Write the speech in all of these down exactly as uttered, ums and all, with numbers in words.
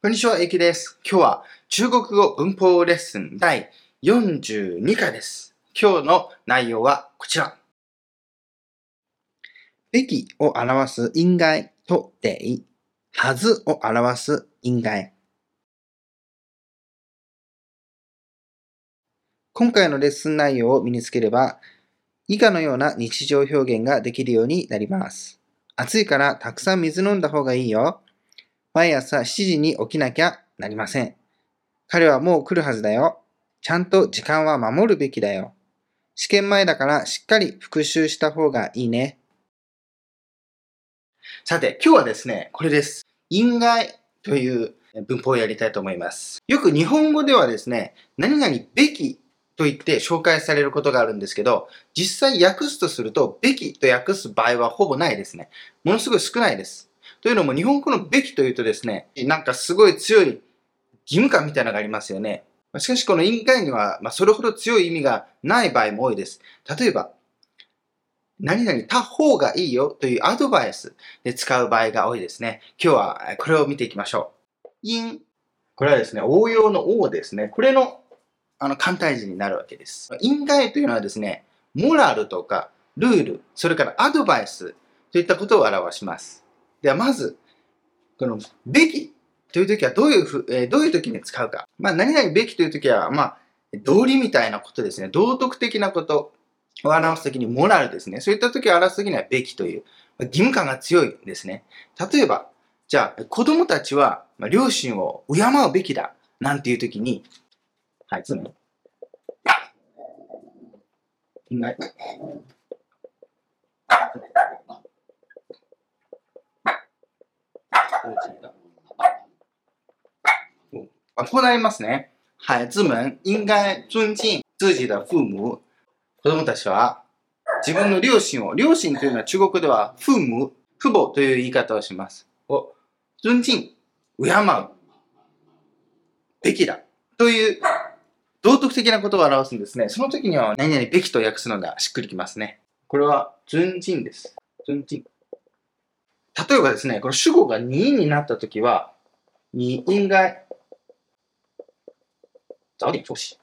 こんにちは、ゆきです。今日は中国語文法レッスンだいよんじゅうにかいです。今日の内容はこちら。べきを表す應該と得、はずを表す應該。今回のレッスン内容を身につければ、以下のような日常表現ができるようになります。暑いからたくさん水飲んだ方がいいよ。毎朝しちじに起きなきゃなりません。彼はもう来るはずだよ。ちゃんと時間は守るべきだよ。試験前だからしっかり復習した方がいいね。さて、今日はですね、これです。因該という文法をやりたいと思います。よく日本語ではですね、何々べきと言って紹介されることがあるんですけど、実際訳すとすると、べきと訳す場合はほぼないですね。ものすごい少ないです。というのも日本語のべきというとですね、なんかすごい強い義務感みたいなのがありますよね。しかしこの因該には、まあ、それほど強い意味がない場合も多いです。例えば、何々た方がいいよというアドバイスで使う場合が多いですね。今日はこれを見ていきましょう。因。これはですね、応用の応ですね。これのあの簡体字になるわけです。因該というのはですね、モラルとかルール、それからアドバイスといったことを表します。ではまず、このべきというときはどういうふ、えー、どういうときに使うか。まあ、何々べきというときは、まあ、道理みたいなことですね。道徳的なことを表すときにモラルですね。そういったときを表すときにはべきという、義務感が強いですね。例えば、じゃあ、子供たちは、まあ、両親を敬うべきだ。なんていうときに、はい、つまり、因該。こうなりますね。孩子们应该尊敬自己的父母。子供たちは自分の両親を、両親というのは中国では父母、父母という言い方をします。を尊敬、敬うべきだという道徳的なことを表すんですね。その時には何々べきと訳すのがしっくりきますね。これは尊敬です。尊敬。例えばですね、この主語がにになった時は、你应该早点休息。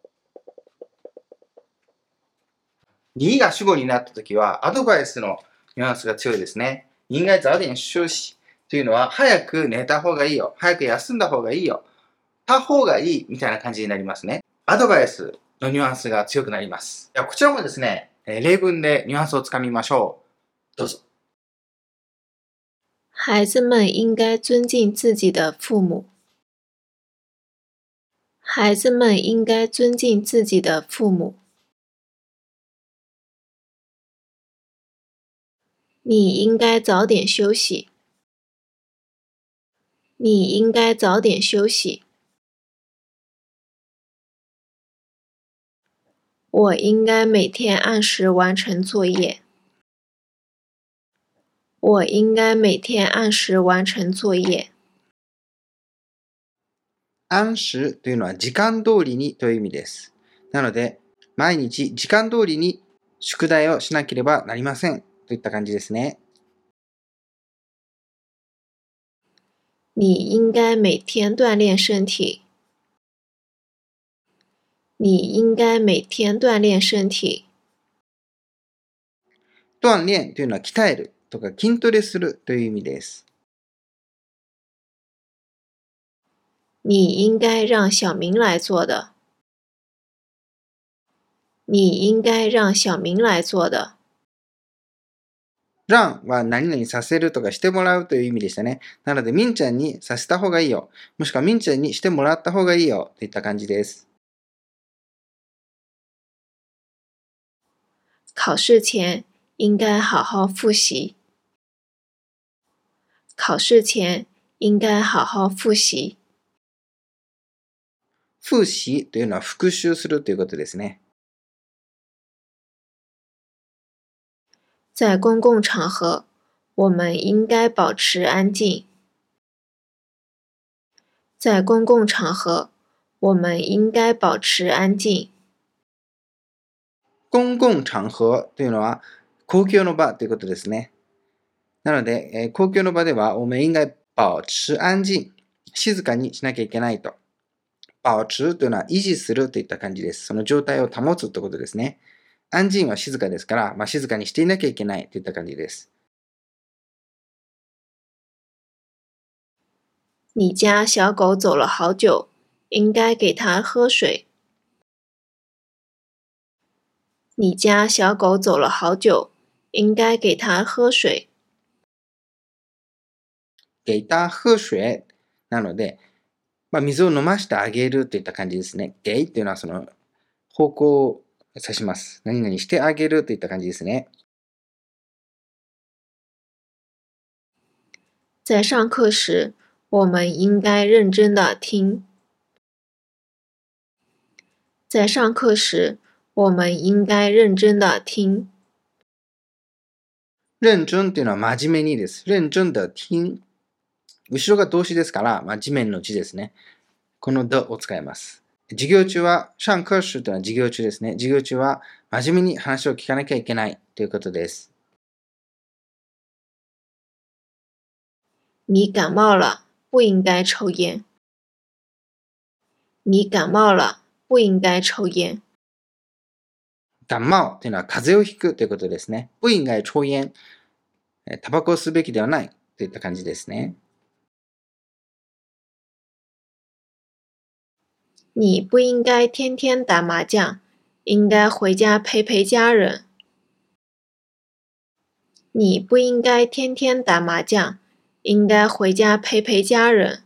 にが主語になったときは、アドバイスのニュアンスが強いですね。因该早点休息というのは、早く寝た方がいいよ。早く休んだ方がいいよ。た方がいいみたいな感じになりますね。アドバイスのニュアンスが強くなります。こちらもですね、例文でニュアンスをつかみましょう。どうぞ。 孩子们应该尊敬自己的父母。孩子们应该尊敬自己的父母。你应该早点休息。你应该早点休息。我应该每天按时完成作业。我应该每天按時完成作業。 按時というのは時間通りにという意味です。なので、毎日時間通りに宿題をしなければなりませんといった感じですね。 你应该每天锻炼身体。你应该每天锻炼身体。 鍛錬というのは鍛えるとか筋トレするという意味です。 你应该让小明来做的。你应该让小明来做的。 让は何々させるとかしてもらうという意味でしたね。なので、みんちゃんにさせた方がいいよ。もしくはみんちゃんにしてもらった方がいいよといった感じです。 考試前应该好好复習。考試前应该好好复習。 復習というのは復習するということですね。 在公共場合，我们应该保持安静。在公共場合，我们应该保持安静。 公共場合というのは公共の場ということですね。なので、えー、公共の場では我们应该保持安静。 静かにしなきゃいけないと。保持というのは維持するといった感じです。その状態を保つということですね。安静は静かですから、まあ、静かにしていなきゃいけないといった感じです。 你家小狗走了好久，应该给它喝水。你家小狗走了好久，应该给它喝水。 给它喝水なので、まあ、水を飲ましてあげるといった感じですね。给というのはその方向を指します。何々してあげるといった感じですね。 在上课时，我们应该认真的听。在上课时，我们应该认真的听。 認真というのは真面目にです。認真的聽。後ろが動詞ですから、まあ、地面の字ですね。この的を使います。授業中は、上課時というのは授業中ですね。授業中は真面目に話を聞かなきゃいけないということです。 你感冒了，不应该抽烟。你感冒了，不应该抽烟。 感冒というのは風邪をひくということですね。不應該抽煙。タバコを吸うべきではないといった感じですね。 你不应该天天打麻将，应该回家陪陪家人。你不应该天天打麻将，应该回家陪陪家人。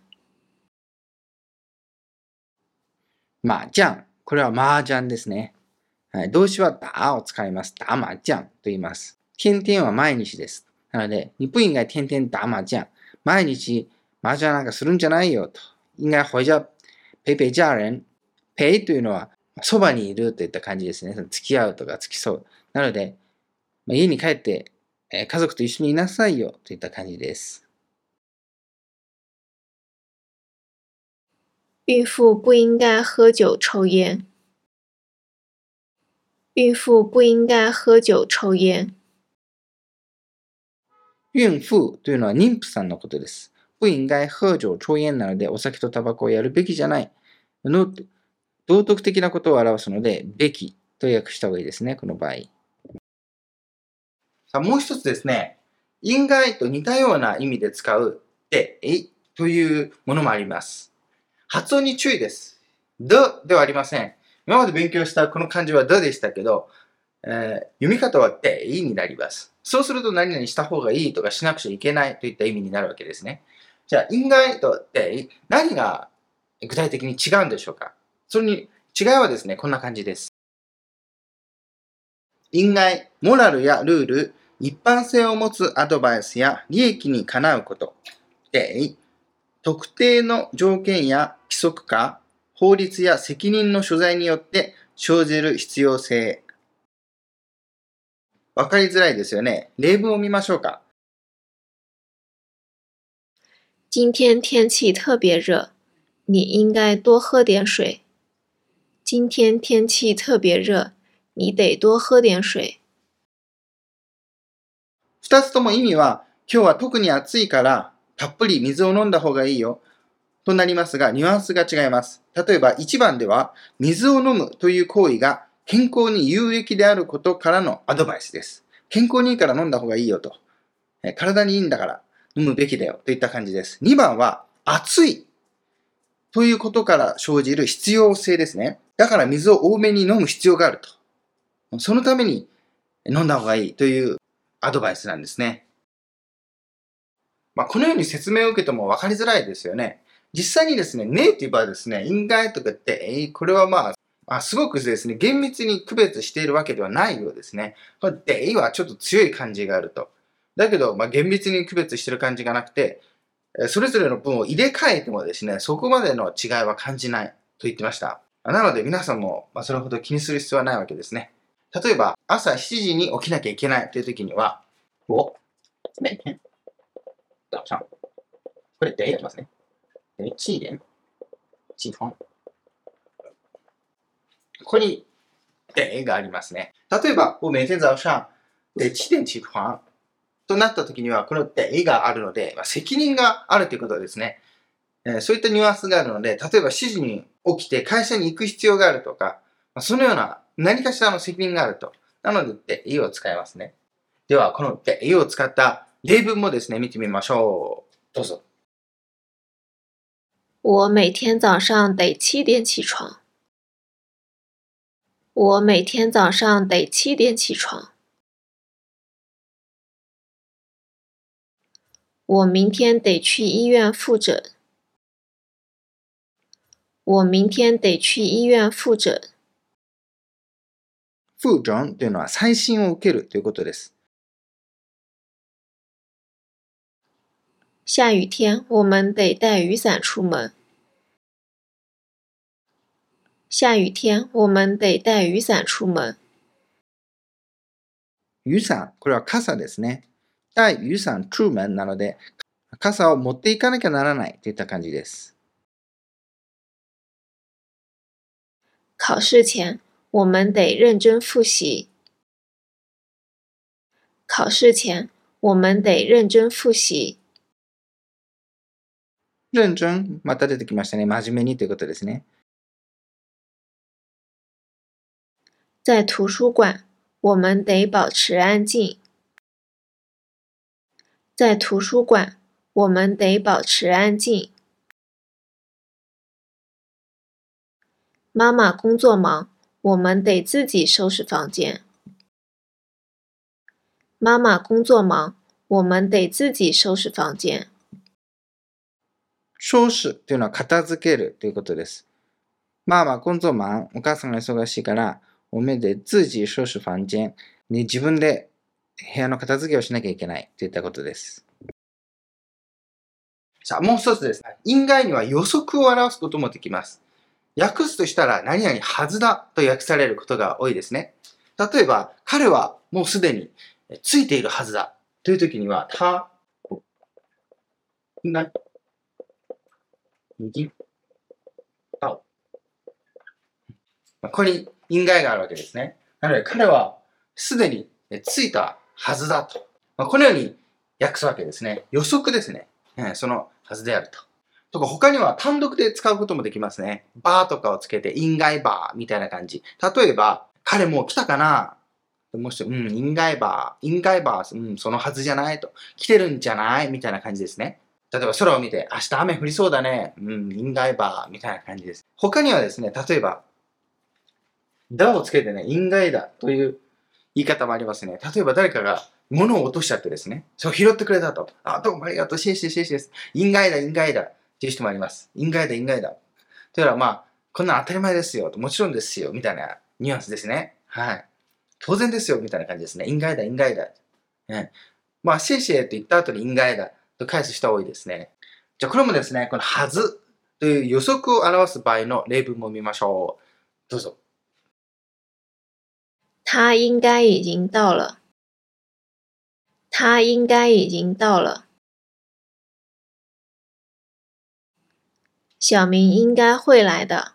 麻将。これは麻雀ですね。はい、動詞は打を使います。打麻将と言います。天天は毎日です。なので、你不应该天天打麻将。毎日麻雀なんかするんじゃないよと。应该回家陪陪家人。陪というのは、そばにいるといった感じですね。その付き合うとか付き添う。なので、家に帰って、えー、家族と一緒にいなさいよといった感じです。 孕妇不应该喝酒抽烟。孕妇不应该喝酒抽烟。 孕婦というのは妊婦さんのことです。不应该喝酒抽煙なので、お酒とタバコをやるべきじゃない。の道徳的なことを表すので、べきと訳した方がいいですね、この場合。さあもう一つですね、因该と似たような意味で使うで、えというものもあります。発音に注意です。でではありません。今まで勉強したこの漢字はででしたけど、えー、読み方はでになります。そうすると何々した方がいいとかしなくちゃいけないといった意味になるわけですね。じゃあ、因该とで何が具体的に違うんでしょうか。それに違いはですね、こんな感じです。因该、モラルやルール、一般性を持つアドバイスや利益にかなうこと。で、特定の条件や規則化、法律や責任の所在によって生じる必要性。わかりづらいですよね。例文を見ましょうか。 今天天气特别热，你应该多喝点水。今天天气特别热，你得多喝点水。 二つとも意味は、今日は特に暑いからたっぷり水を飲んだ方がいいよとなりますが、ニュアンスが違います。例えばいちばんでは、水を飲むという行為が健康に有益であることからのアドバイスです。健康にいいから飲んだ方がいいよと。体にいいんだから飲むべきだよといった感じです。にばんは、暑いということから生じる必要性ですね。だから水を多めに飲む必要があると。そのために飲んだ方がいいというアドバイスなんですね。まあ、このように説明を受けても分かりづらいですよね。実際にですね、ネイティブはですね、因该とかって、これはまあ、まあ、すごくですね、厳密に区別しているわけではないようですね。これ、ではちょっと強い感じがあると。だけど、まあ、厳密に区別している感じがなくて、それぞれの文を入れ替えてもですね、そこまでの違いは感じないと言ってました。なので皆さんも、まあ、それほど気にする必要はないわけですね。例えば、朝しちじに起きなきゃいけないという時には、お、每天早上。これ、でやりますね。七点起床。ここに、でがありますね。例えば、我每天早上で七点起床となった時には、このでがあるので、まあ、責任があるということですね。 えーそういったニュアンスがあるので、例えばしちじに起きて会社に行く必要があるとか、まあそのような何かしらの責任があると。なので、得を使いますね。では、この得を使った例文もですね、見てみましょう。どうぞ。 我每天早上得七点起床。我每天早上得七点起床。我明天得去医院复诊。我明天得去医院复诊。 復診というのは再診を受けるということです。 下雨天，我们得带雨伞出门。下雨天，我们得带雨伞出門。 雨伞、これは傘ですね。带雨伞出門なので、傘を持っていかなきゃならないといった感じです。 考試前，我们得認真複習。考試前，我們得認真複習。 認真、また出てきましたね。真面目にということですね。 在圖書館，我們得保持安靜。在圖書館，我們得保持安靜。媽媽工作忙，我們得自己收拾房間。媽媽工作忙，我們得自己收拾房間。 收拾というのは片付けるということです。まあまあ、工作忙、お母さんが忙しいから、我们得自己收拾房間、ね、自分で部屋の片付けをしなきゃいけないといったことです。さあ、もう一つです。因外には予測を表すこともできます。訳すとしたら、何々はずだと訳されることが多いですね。例えば、彼はもうすでについているはずだという時には、他、因外、右、青。ここに因外があるわけですね。なので、彼はすでについたはずだと。このように訳すわけですね。予測ですね。そのはずであると。とか他には単独で使うこともできますね。バーとかをつけて、因外バーみたいな感じ。例えば、彼もう来たかなもし、うん、因外バー、因外バー、うん、そのはずじゃないと。来てるんじゃないみたいな感じですね。例えば空を見て、明日雨降りそうだね。うん、因外バーみたいな感じです。他にはですね、例えば、だをつけてね、因外だという言い方もありますね。例えば誰かが物を落としちゃってですね、そう拾ってくれたと。あ、どうもありがとう、シェイシェイシェイシェイです。因外だ、因外だっていう人もあります。因外だ、因外だ。というのはまあ、こんな当たり前ですよ。もちろんですよ。みたいなニュアンスですね。はい。当然ですよ。みたいな感じですね。因外だ、因外だ。ね、まあ、シェイシェイと言った後に因外だと返す人は多いですね。じゃあこれもですね、このはずという予測を表す場合の例文も見ましょう。どうぞ。 他應該已經到了。他應該已經到了。小明應該會來的。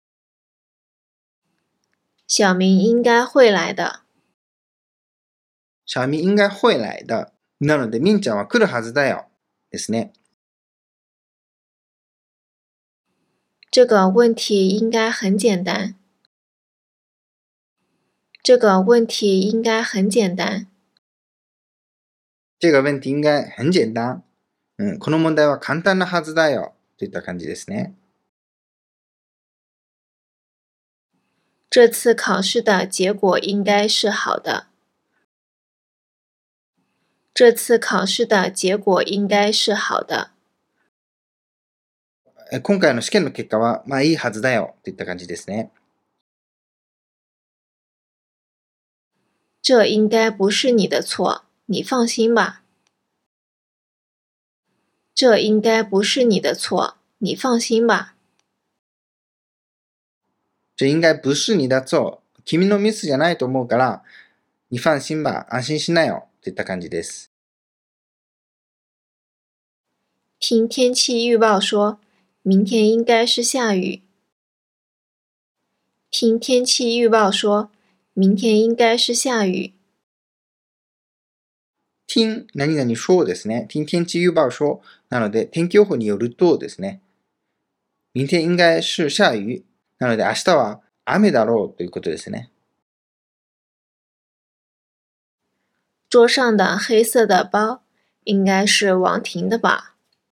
小明應該會來的。 小明應該會來的。なので、みんちゃんは来るはずだよ。ですね。 這個問題應該很簡單。這個問題應該很簡單。 這個問題應該很簡單。うん、この問題は簡単なはずだよ。といった感じですね。 這次考試的結果應該是好的。這次考試的結果應該是好的。 今回の試験の結果は、まあいいはずだよ。といった感じですね。 這應該不是你的錯，你放心吧。這應該不是你的錯，你放心吧。 這應該不是你的錯。君のミスじゃないと思うから、你放心吧、安心しなよ。といった感じです。 聽天氣預報說，明天應該是下雨。聽天氣預報說，明天應該是下雨。 聽、何々說ですね。聽天氣預報說。なので、天気予報によるとですね。 明天应该是下雨。なので明日は雨だろうということですね。 桌上的黑色的包应该是王婷的吧？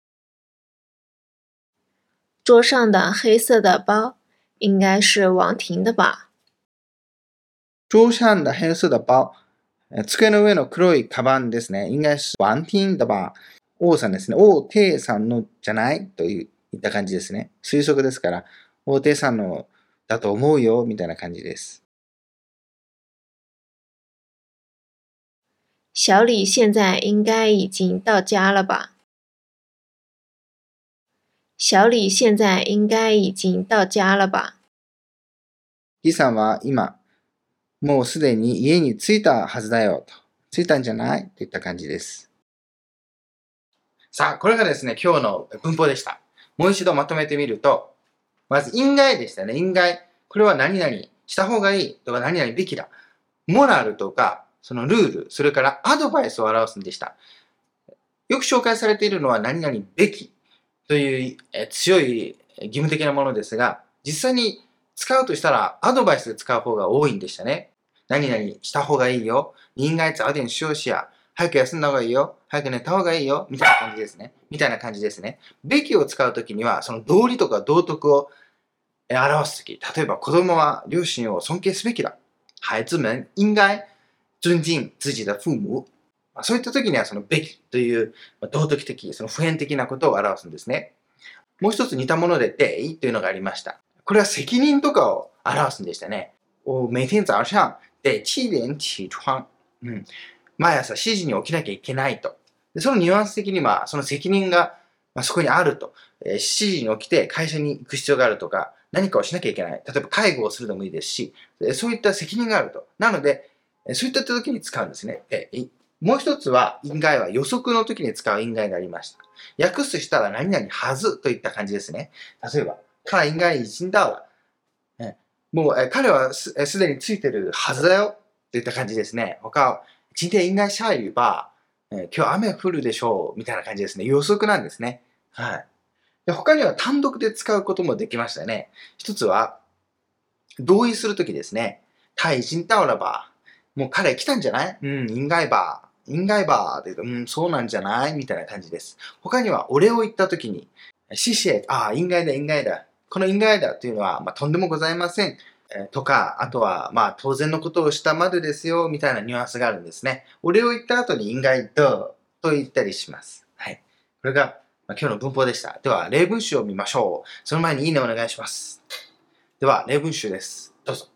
桌上的黑色的包应该是王婷的吧？ 桌上的黑色的包、机の上の黒いカバンですね。应该是王婷的吧？王さんですね。王帝さんのじゃないといった感じですね。推測ですから、王帝さんのだと思うよみたいな感じです。 小李现在应该已经到家了吧？小李现在应该已经到家了吧？ 李さんは今、もうすでに家に着いたはずだよと。着いたんじゃないといった感じです。さあ、これがですね、今日の文法でした。もう一度まとめてみると、まず、因该でしたね。因该。これは何々した方がいいとか何々べきだ。モラルとか、そのルール、それからアドバイスを表すんでした。よく紹介されているのは何々べきというえ強い義務的なものですが、実際に使うとしたらアドバイスで使う方が多いんでしたね。何々した方がいいよ。你应该早点休息や。早く休んだ方がいいよ。早く寝た方がいいよ。みたいな感じですね。みたいな感じですね。べきを使うときには、その道理とか道徳を表すとき、例えば子供は両親を尊敬すべきだ。孩子们应该尊敬自己的父母。そういったときにはそのべきという道徳的、その普遍的なことを表すんですね。もう一つ似たものでdeiというのがありました。これは責任とかを表すんでしたね。我每天早上得七点起床。うん、毎朝しちじに起きなきゃいけないと。でそのニュアンス的には、その責任が、まあ、そこにあると。えー、しちじに起きて会社に行く必要があるとか、何かをしなきゃいけない。例えば介護をするのもいいですし、そういった責任があると。なので、そういった時に使うんですね。えー、もう一つは、因该は予測の時に使う因该がありました。訳すしたら何々はずといった感じですね。例えば、他应该已经到了。もう、え彼はすすでについてるはずだよといった感じですね。他、今天应该下雨吧。え今日雨降るでしょうみたいな感じですね。予測なんですね。はい。で他には単独で使うこともできましたね。一つは、同意するときですね。他已经到了吧。もう彼来たんじゃないうん、应该吧。应该吧。というと、うん、そうなんじゃないみたいな感じです。他には、お礼を言ったときに、謝謝、ああ、应该だ、应该だ。この因该だというのは、まあ、とんでもございません。えー、とか、あとは、まあ、当然のことをしたまでですよ、みたいなニュアンスがあるんですね。お礼を言った後に因该だと言ったりします。はい。これが、まあ、今日の文法でした。では、例文集を見ましょう。その前にいいねお願いします。では、例文集です。どうぞ。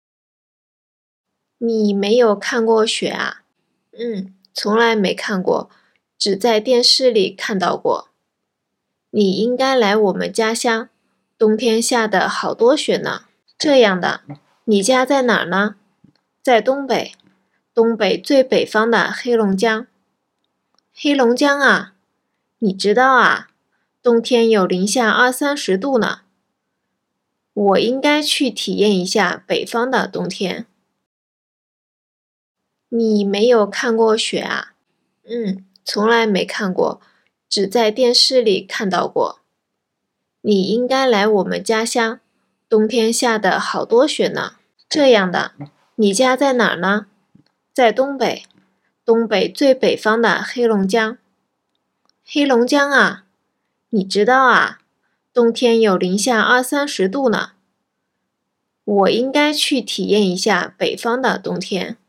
你没有看过雪啊？嗯，从来没看过，只在电视里看到过。你应该来我们家乡，冬天下的好多雪呢。这样的，你家在哪儿呢？在东北，东北最北方的黑龙江。黑龙江啊，你知道啊，冬天有零下二三十度呢。我应该去体验一下北方的冬天。你没有看过雪啊？嗯，从来没看过，只在电视里看到过。你应该来我们家乡，冬天下的好多雪呢。这样的，你家在哪儿呢？在东北，东北最北方的黑龙江。黑龙江啊，你知道啊，冬天有零下二三十度呢。我应该去体验一下北方的冬天。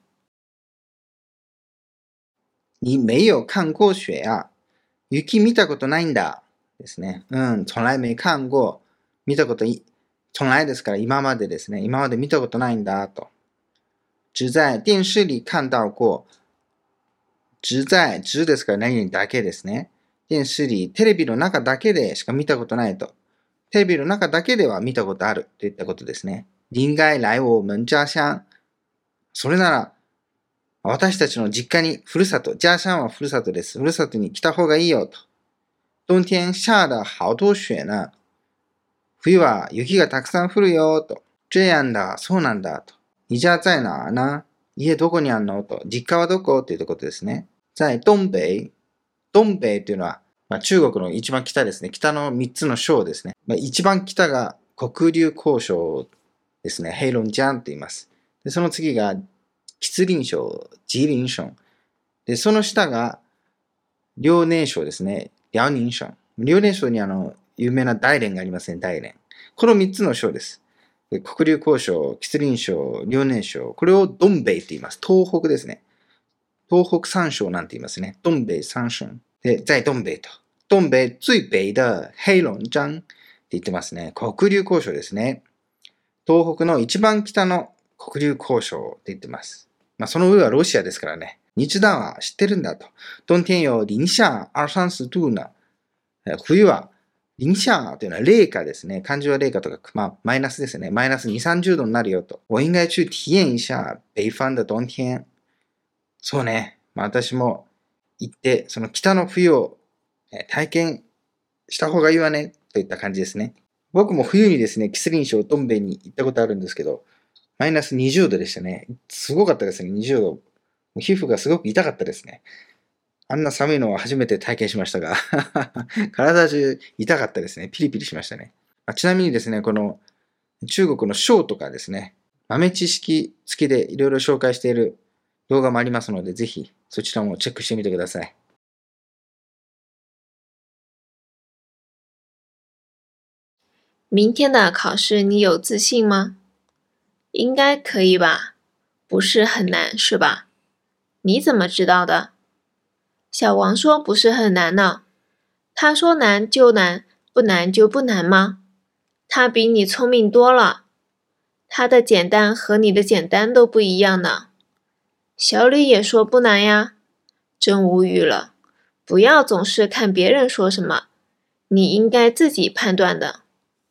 你没有看过雪啊？雪見たことないんだ。ですね。うん、从来没看过。見たことい、从来ですから今までですね。今まで見たことないんだと。只在電視里看到過。只在、只ですから何々だけですね。電視里、テレビの中だけでしか見たことないと。テレビの中だけでは見たことあるといったことですね。应该来我们家乡。それなら、私たちの実家に、ふるさと、家乡はふるさとです。ふるさとに来た方がいいよと。冬天下的好多雪呢。冬は雪がたくさん降るよと。这样だ、そうなんだと。你家在哪儿呢？家どこにあんのと。実家はどこということですね。在東北。東北というのはまあ、中国の一番北ですね。北のみっつの省ですね。まあ、一番北が黒竜江省ですね。黑龍江と言います。で、その次が吉林省、吉林省。で、その下が遼寧省ですね。遼寧省。遼寧省にあの、有名な大連がありますね。大連。このみっつの省です。で、黒竜江省、吉林省、遼寧省。これを東北と言います。東北ですね。東北三省なんて言いますね。東北三省。で、在東北と。東北最北的黑龍江って言ってますね。黒竜江省ですね。東北の一番北の黒竜江省って言ってます。まあ、その上はロシアですからね。日暖は知ってるんだと。冬天有零下二三十度呢。冬は零下というのは零下ですね。漢字は零下とか、まあ、マイナスですね。マイナスに、さんじゅうどになるよと。我应该去体验一下北方的冬天。そうね。まあ、私も行って、その北の冬を体験した方がいいわね。といった感じですね。僕も冬にですね、吉林省東北に行ったことあるんですけど、マイナスにじゅうどでしたね。すごかったですね、にじゅうど。皮膚がすごく痛かったですね。あんな寒いのは初めて体験しましたが、体中痛かったですね。ピリピリしましたね。ちなみにですね、この中国の省とかですね、豆知識付きでいろいろ紹介している動画もありますので、ぜひそちらもチェックしてみてください。 明天的考试你有自信吗？应该可以吧，不是很难是吧？你怎么知道的？小王说不是很难呢。他说难就难，不难就不难吗？他比你聪明多了。他的简单和你的简单都不一样呢。小李也说不难呀。真无语了。不要总是看别人说什么，你应该自己判断的。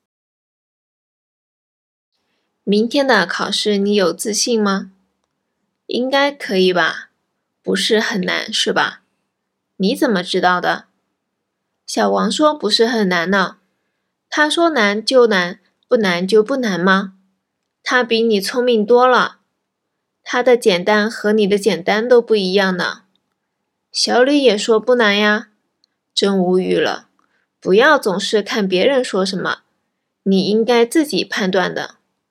明天的考试你有自信吗？应该可以吧，不是很难是吧？你怎么知道的？小王说不是很难呢。他说难就难，不难就不难吗？他比你聪明多了。他的简单和你的简单都不一样呢。小李也说不难呀。真无语了。不要总是看别人说什么，你应该自己判断的。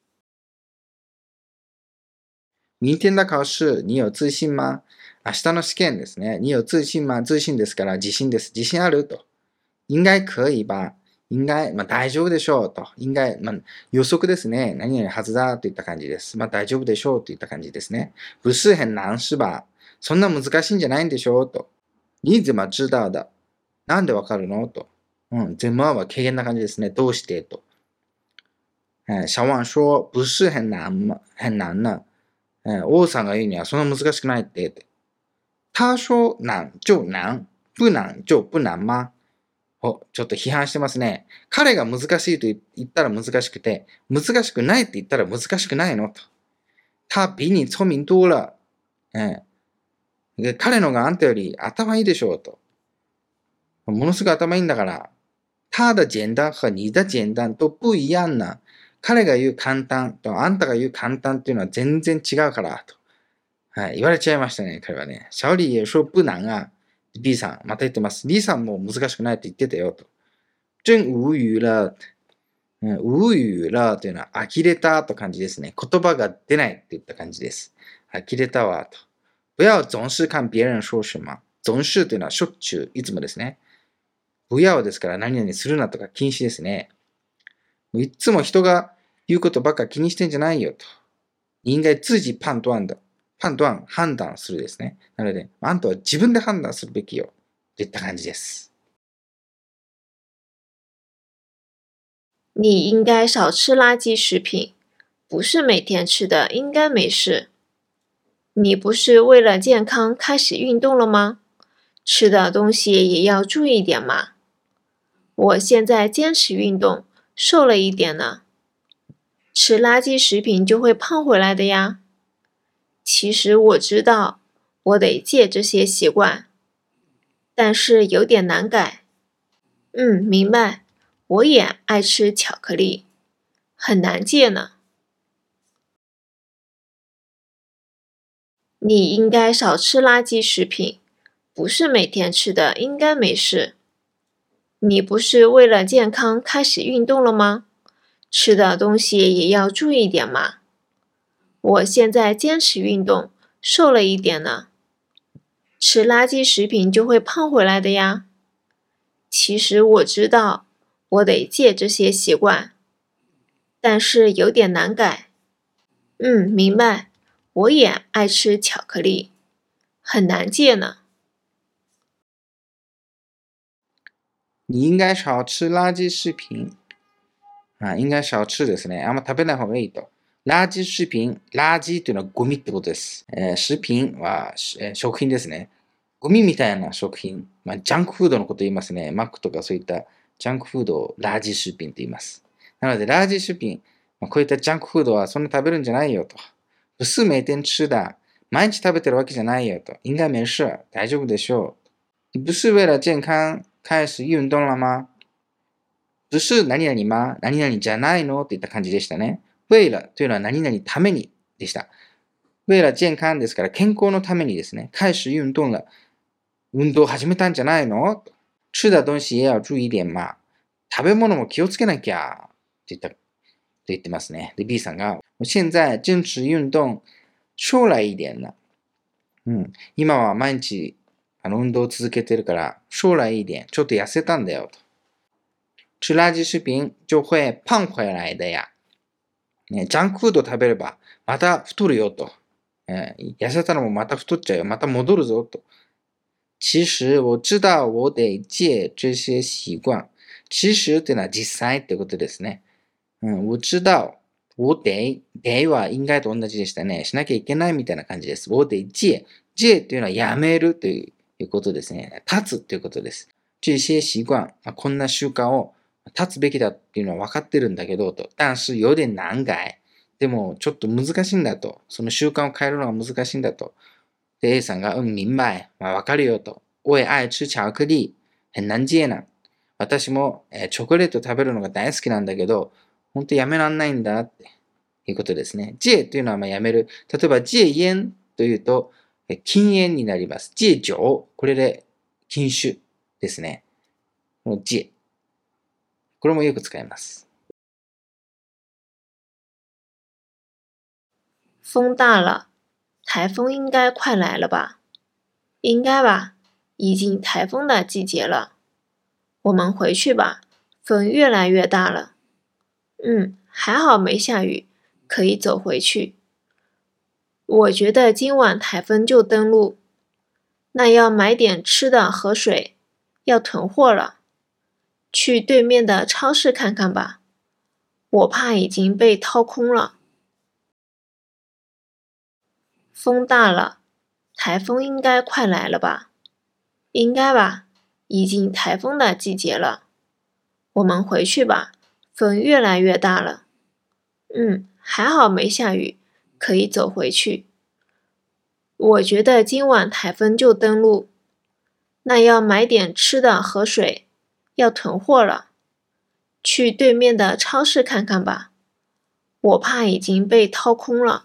明天的考試、你有自信吗？明日の試験ですね。你有自信吗？自信ですから自信です。自信あると。应该可以吧。应该、まあ、大丈夫でしょうと。应该、まあ、予測ですね。何々はずだといった感じです。まあ、大丈夫でしょうといった感じですね。不是很難是吧？そんな難しいんじゃないんでしょうと。你怎么知道的？なんでわかるのと。うん、怎么は軽減な感じですね。どうしてと。小王说不是很難、很難な。王さんが言うにはそんな難しくないって。他说難就難、不難就不難吗？お、ちょっと批判してますね。彼が難しいと言ったら難しくて、難しくないって言ったら難しくないのと。他比你聪明多了。ええ、彼のがあんたより頭いいでしょうと。ものすごい頭いいんだから。他的簡単和你的簡単と不一樣な。彼が言う簡単とあんたが言う簡単っていうのは全然違うからと。はい、言われちゃいましたね、彼はね。小李也说不難が B さん、また言ってます。D さんも難しくないって言ってたよと。真無語了。うん、無語了というのは呆れたと感じですね。言葉が出ないって言った感じです。呆れたわと。不要总是看别人说什么。总是というのはしょっちゅう、いつもですね。不要ですから何々するなとか禁止ですね。いつも人が言うことばっか気にしてんじゃないよと。应该自己判断的。判断、判断するですね。なので、あんたは自分で判断するべきよ。といった感じです。 你应该少吃垃圾食品，不是每天吃的，应该没事。你不是为了健康开始运动了吗？吃的东西也要注意点嘛。我现在坚持运动，瘦了一点呢。吃垃圾食品就会胖回来的呀。其实我知道，我得戒这些习惯，但是有点难改。嗯，明白。我也爱吃巧克力，很难戒呢。你应该少吃垃圾食品，不是每天吃的，应该没事。 你不是为了健康开始运动了吗？吃的东西也要注意点嘛。我现在坚持运动，瘦了一点呢。吃垃圾食品就会胖回来的呀。其实我知道，我得戒这些习惯，但是有点难改。嗯，明白。我也爱吃巧克力，很难戒呢。 你应该少吃垃圾食品。あ、应该少吃ですね。あんま食べない方がいいと。垃圾食品、垃圾というのはゴミってことです。えー、食品は、えー、食品ですね。ゴミみたいな食品、まあ、ジャンクフードのことを言いますね。マックとかそういったジャンクフードを垃圾食品と言います。なので、垃圾食品、まあ、こういったジャンクフードはそんな食べるんじゃないよと。不是每天吃的。毎日食べてるわけじゃないよと。应该没事。大丈夫でしょう。不是为了健康開始運動了吗？不是何々ま、何々じゃないのっていった感じでしたね。为了というのは何々ためにでした。为了健康ですから健康のためにですね。開始運動了。運動を始めたんじゃないの？吃的東西也要注意点嘛。食べ物も気をつけなきゃって言った、と言ってますね。で、B さんが、現在坚持運動、将来一点了。うん。今は毎日あの運動を続けてるから、将来一点、ちょっと痩せたんだよと。吃垃圾食品就会胖回来的や。ね、ジャンクフード食べればまた太るよと。えー、痩せたのもまた太っちゃうよ。また戻るぞと。其实我知道我得戒这些習慣。其实というのは実際ってことですね。うん、我知道。我得。得は应该と同じでしたね。しなきゃいけないみたいな感じです。我得戒。戒というのはやめるということですね。立つということです。这些習慣。こんな習慣を立つべきだっていうのは分かってるんだけどと。但是有点難改。でもちょっと難しいんだと。その習慣を変えるのが難しいんだと。で、A さんが、うん、明白。まあ、分かるよと。我也愛吃巧克力。很難戒な。私も、えー、チョコレート食べるのが大好きなんだけど、本当やめらんないんだっていうことですね。戒というのはまあやめる。例えば、戒煙というと、禁煙になります。戒酒。これで禁酒ですね。この戒。これもよく使います。 風大了，台風應該快來了吧？應該吧，已經台風的季節了。我們回去吧，風越來越大了。嗯，還好沒下雨，可以走回去。我覺得今晚台風就登陸，那要買點吃的和水，要囤貨了。去對面的超市看看吧，我怕已經被掏空了。風大了，台風應該快來了吧？應該吧，已經台風的季節了。我們回去吧，風越來越大了。嗯，還好沒下雨，可以走回去。我覺得今晚台風就登陸，那要買點吃的和水，要囤貨了。去對面的超市看看吧，我怕已經被掏空了。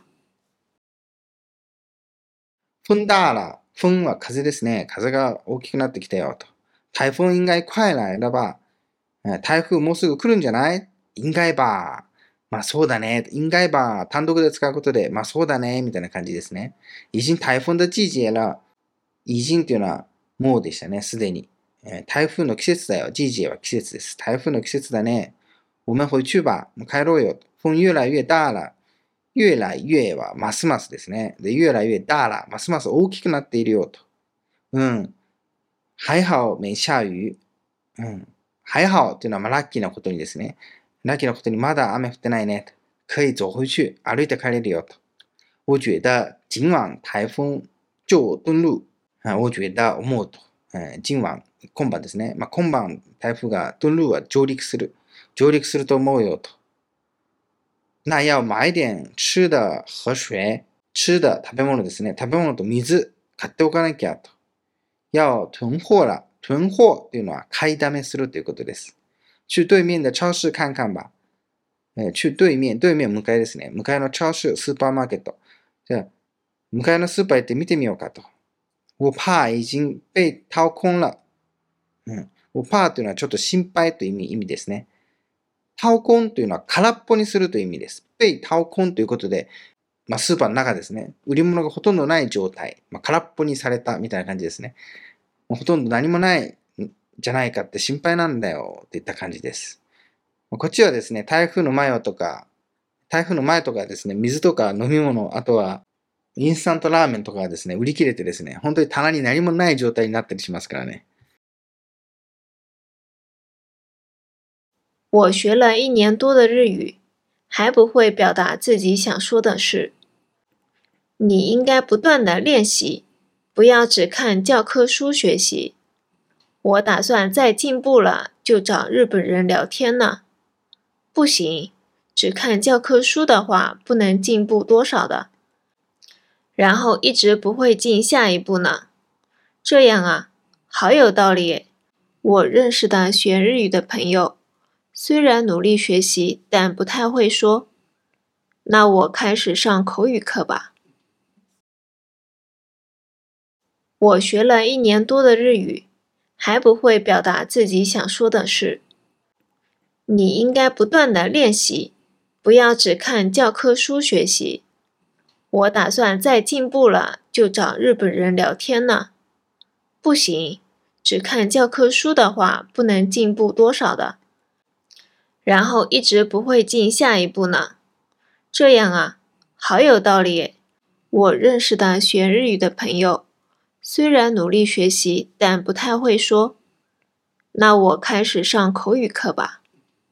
風大了。風は風ですね。風が大きくなってきたよと。台風應該快来了吧。台風もうすぐ来るんじゃない？應該吧。まあそうだね。應該吧。単独で使うことで、まあそうだね。みたいな感じですね。已經台風的季節了。已經というのはもうでしたね。すでに。台風の季節だよ。季節は季節です。台風の季節だね。我們回去吧。もう帰ろうよ。風越来越大了。越来越はますますですね。で、越来越大了。ますます大きくなっているよと。うん。還好沒下雨。うん。還好っていうのはまあラッキーなことにですね。ラッキーなことにまだ雨降ってないね。可以走回去。歩いて帰れるよと。我覺得今晚台風就登陸。我覺得思うと。今晚、今晩ですね。まあ、今晩台風が登陸は上陸する。上陸すると思うよと。那要買点吃的和水。吃的食べ物ですね。食べ物と水買っておかなきゃと。要囤貨了。囤貨というのは買いだめするということです。去对面的超市看看吧。えー、去对面、对面向かいですね。向かいの超市、スーパーマーケット。じゃあ、向かいのスーパー行って見てみようかと。我怕已经被掏空了。うん。 パーというのはちょっと心配という意味意味ですね。タオコンというのは空っぽにするという意味です。被タオコンということで、まあ、スーパーの中ですね、売り物がほとんどない状態、まあ、空っぽにされたみたいな感じですね。もうほとんど何もないんじゃないかって心配なんだよっていった感じです。こっちはですね、台風の前とか、台風の前とかですね、水とか飲み物、あとはインスタントラーメンとかがですね、売り切れてですね、本当に棚に何もない状態になったりしますからね。 我学了一年多的日语，还不会表达自己想说的事。你应该不断的练习，不要只看教科书学习。我打算再进步了就找日本人聊天呢。不行，只看教科书的话不能进步多少的。然后一直不会进下一步呢。这样啊，好有道理。我认识的学日语的朋友，虽然努力学习，但不太会说。那我开始上口语课吧。我学了一年多的日语，还不会表达自己想说的事。你应该不断的练习，不要只看教科书学习。我打算再进步了就找日本人聊天呢。不行，只看教科书的话不能进步多少的。然后一直不会进下一步呢。这样啊，好有道理。我认识的学日语的朋友，虽然努力学习，但不太会说。那我开始上口语课吧。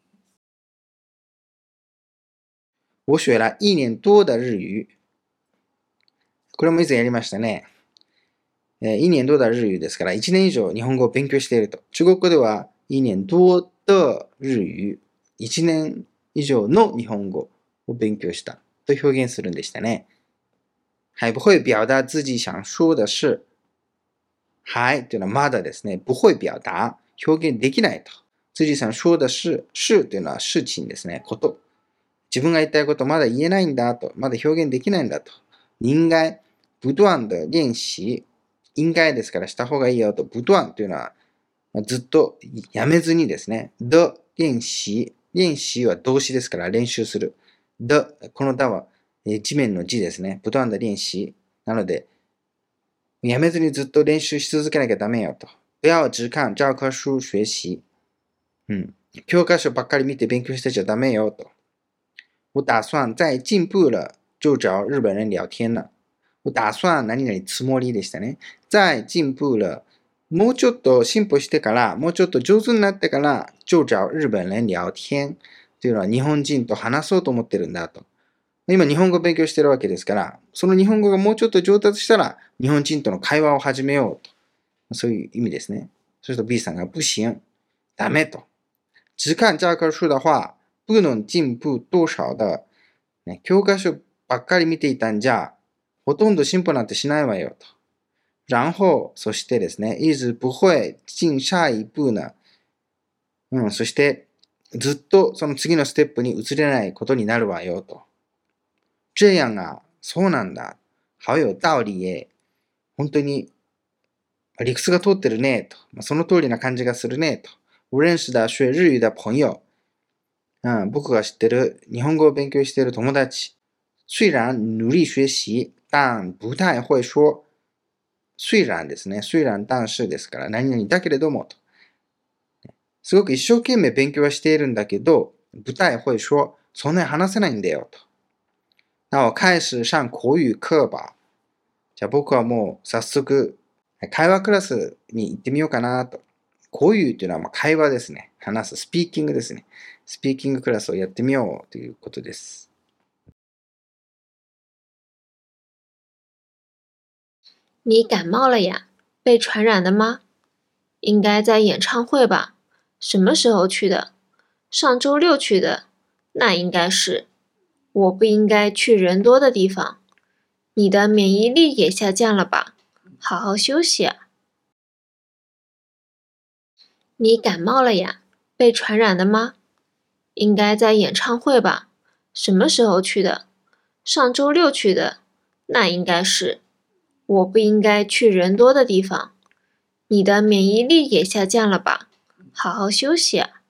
我学了一年多的日语。これも以前やりましたね。えー、一年多的日語ですから、一年以上日本語を勉強していると。中国語では、一年多的日語、一年以上の日本語を勉強したと表現するんでしたね。还不会表達自己想說的事。はいというのはまだですね。不会表達、表現できないと。自己想說的事、事というのは事情ですね。こと。自分が言いたいことまだ言えないんだと。まだ表現できないんだと。应该不断的練習。应该ですからした方がいいよと。不断というのはずっとやめずにですね。的練習。練習は動詞ですから練習する。的、このだは地面の字ですね。不断的練習。なので、やめずにずっと練習し続けなきゃダメよと。不要只看教科書学習。うん。教科書ばっかり見て勉強してちゃダメよと。我打算再進步了就找日本人聊天了。我打算何々つもりでしたね。再進步了。もうちょっと進歩してから、もうちょっと上手になってから、就找日本人聊天。というのは日本人と話そうと思ってるんだと。今日本語を勉強してるわけですから、その日本語がもうちょっと上達したら、日本人との会話を始めようと。そういう意味ですね。そうすると B さんが不行、ダメと。只看教科書的话、不能進步多少的。ね、教科書ばっかり見ていたんじゃ、ほとんど進歩なんてしないわよと。然後、そしてですね、一直不会進下一步呢。うん、そして、ずっとその次のステップに移れないことになるわよと。这样啊、そうなんだ。好有道理耶。本当に理屈が通ってるねと。その通りな感じがするねと。我认识的学日语的朋友、うん、僕が知ってる日本語を勉強している友達。虽然努力学習、但不太会说。虽然ですね。虽然但是ですから、何々だけれどもと。すごく一生懸命勉強はしているんだけど、不太会说。そんなに話せないんだよと。那我開始上口語課吧。じゃあ僕はもう早速会話クラスに行ってみようかなと。口語というのはまあ会話ですね。話す。スピーキングですね。スピーキングクラスをやってみようということです。 你感冒了呀？被传染的吗？应该在演唱会吧？什么时候去的？上周六去的。那应该是。我不应该去人多的地方。你的免疫力也下降了吧？好好休息啊。你感冒了呀？被传染的吗？应该在演唱会吧？什么时候去的？上周六去的。那应该是。我不应该去人多的地方。你的免疫力也下降了吧？ 好好休息啊。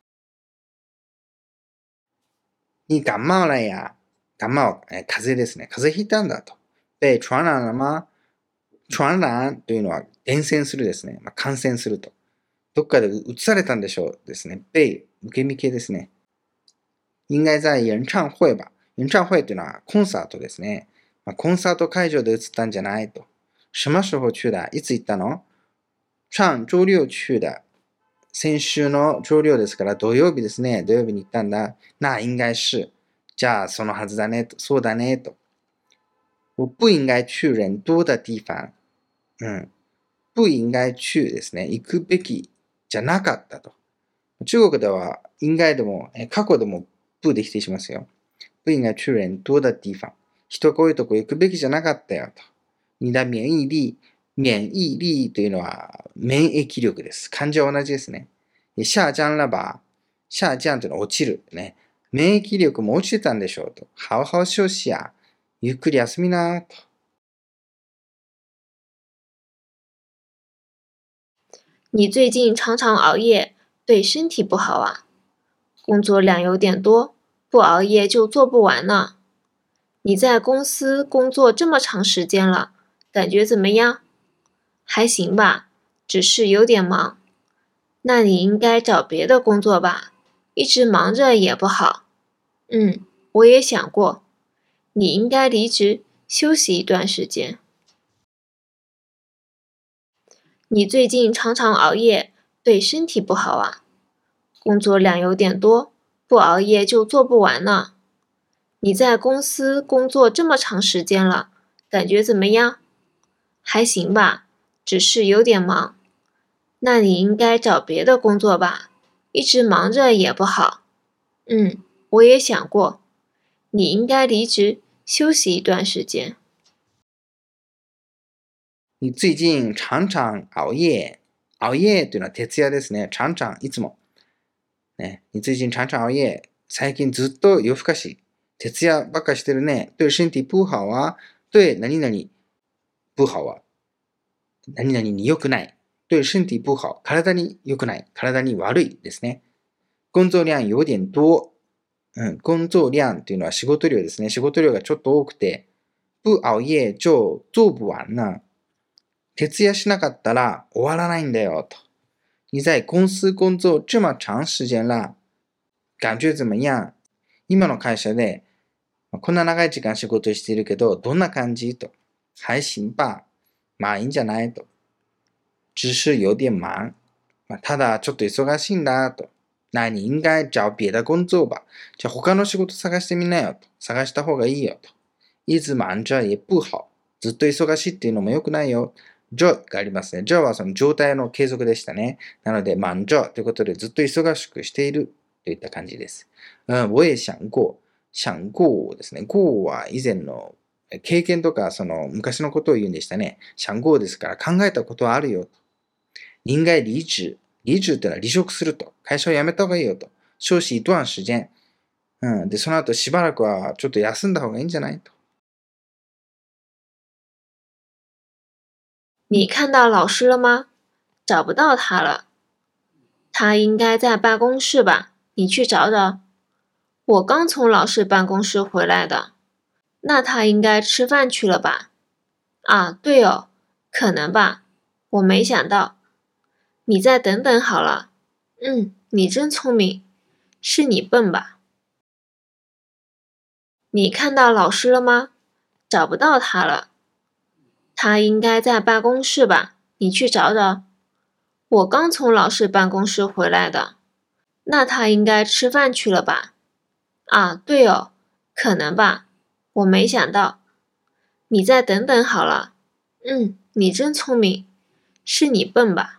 你感冒了呀。感冒、え風邪ですね。風邪ひいたんだと。で、传染了吗？传染というのは伝染するですね。まあ、感染すると。どっかで移されたんでしょうですね。被、受け身系ですね。应该在演唱会吧。演唱会というのはコンサートですね。まあ、コンサート会場で移ったんじゃないと。什么时候去的？いつ行ったの？上周六去的。先週の周六ですから土曜日ですね。土曜日に行ったんだ。那应该是。じゃあそのはずだねと。そうだねと。我不应该去人多的地方。うん。不应该去ですね。行くべきじゃなかったと。中国では应该でも過去でも不で否定しますよ。不应该去人多的地方。人が多いとこ行くべきじゃなかったよと。你的免疫力、免疫力というのは免疫力です。漢字は同じですね。下降了吧。下降というのは落ちる。ね。免疫力も落ちてたんでしょうと。好好休息や。ゆっくり休みなと。 你最近常常熬夜，对身体不好啊。工作量有点多，不熬夜就做不完呢。你在公司工作这么长时间了，感觉怎么样？还行吧，只是有点忙。那你应该找别的工作吧，一直忙着也不好。嗯，我也想过，你应该离职休息一段时间。你最近常常熬夜，对身体不好啊。工作量有点多，不熬夜就做不完呢。你在公司工作这么长时间了，感觉怎么样？还行吧，只是有点忙。那你应该找别的工作吧，一直忙着也不好。嗯，我也想过，你应该离职休息一段时间。 你最近常常熬夜。熬夜というのは徹夜ですね。常常、いつも。ね、你最近常常熬夜。最近ずっと夜更かし。徹夜ばっかしてるね。对身体不好啊。对何々不好啊。何々に良くない。对身体不好。体に良くない。体に悪いですね。工作量有点多。うん、工作量というのは仕事量ですね。仕事量がちょっと多くて。不熬夜就做不完呢。徹夜しなかったら終わらないんだよと。你在公司工作这么長時間了。感覺怎麼樣？今の会社でこんな長い時間仕事しているけど、どんな感じと。还行吧。まあいいんじゃないと。只是有点忙。まあ、ただちょっと忙しいんだと。那你应该找别的工作吧。じゃあ他の仕事探してみなよと。探した方がいいよと。いつ忙着也不好。ずっと忙しいっていうのも良くないよ。着がありますね。着はその状態の継続でしたね。なので、忙着ということでずっと忙しくしているといった感じです。うん、我也想過。想過ですね。過は以前の経験とかその昔のことを言うんでしたね。想過ですから考えたことはあるよ。应该離職。離職ってのは離職すると。会社を辞めた方がいいよと。休息一段時間。うん。で、その後しばらくはちょっと休んだ方がいいんじゃないと。 你看到老师了吗？找不到他了。他应该在办公室吧？你去找找。我刚从老师办公室回来的。那他应该吃饭去了吧？啊，对哦，可能吧。我没想到。你再等等好了。嗯，你真聪明。是你笨吧？你看到老师了吗？找不到他了。他应该在办公室吧？你去找找。我刚从老师办公室回来的。那他应该吃饭去了吧？啊，对哦，可能吧。我没想到。你再等等好了。嗯，你真聪明。是你笨吧？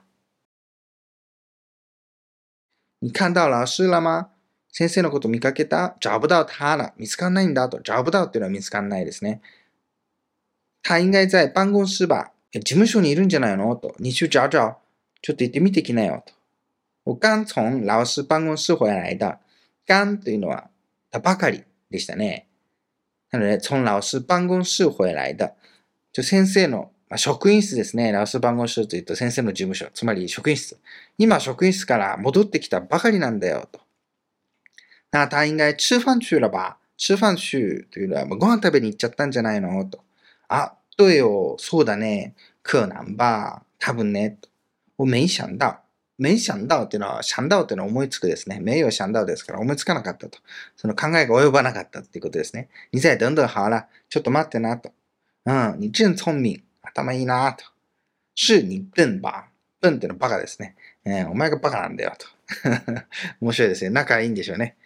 你看到老師了吗？先生のこと見かけた？找不到他了。見つかんないんだと。找不到っていうのは見つかんないですね。他应该在办公室吧？事務所にいるんじゃないのと。你去找找。ちょっと行ってみてきなよと。我刚从老師办公室回来的。刚というのはばかりでしたね。なので、从老師办公室回来的。就先生のまあ、職員室ですね。ラオス番号室というと先生の事務所、つまり職員室。今職員室から戻ってきたばかりなんだよと。那他应该吃饭去了吧？吃飯去というのは、ご飯食べに行っちゃったんじゃないのと。あ、对よ、そうだね。可能吧。多分ね。我没想到。没想到っていうのは、想到っていうのは思いつくですね。没有想到ですから思いつかなかったと。その考えが及ばなかったっていうことですね。你再等等好了。ちょっと待ってなと。うん、你真聪明。頭いいなと。是你笨吧。笨っていうのはバカですね。えー、お前がバカなんだよと。面白いですね。仲いいんでしょうね。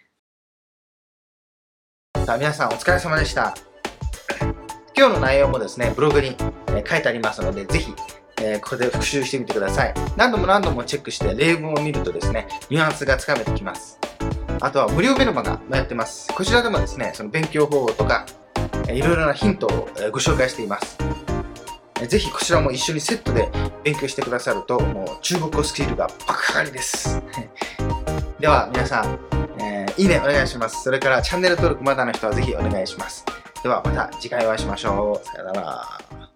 さあ皆さんお疲れ様でした。今日の内容もですね、ブログに書いてありますので、ぜひえー、ここで復習してみてください。何度も何度もチェックして例文を見るとですね、ニュアンスがつかめてきます。あとは無料メルマガもやってます。こちらでもですね、その勉強方法とか、えー、いろいろなヒントをご紹介しています。えー、ぜひこちらも一緒にセットで勉強してくださると、もう中国語スキルが爆上がりです。では皆さん、えー、いいねお願いします。それからチャンネル登録まだの人はぜひお願いします。ではまた次回お会いしましょう。さよなら。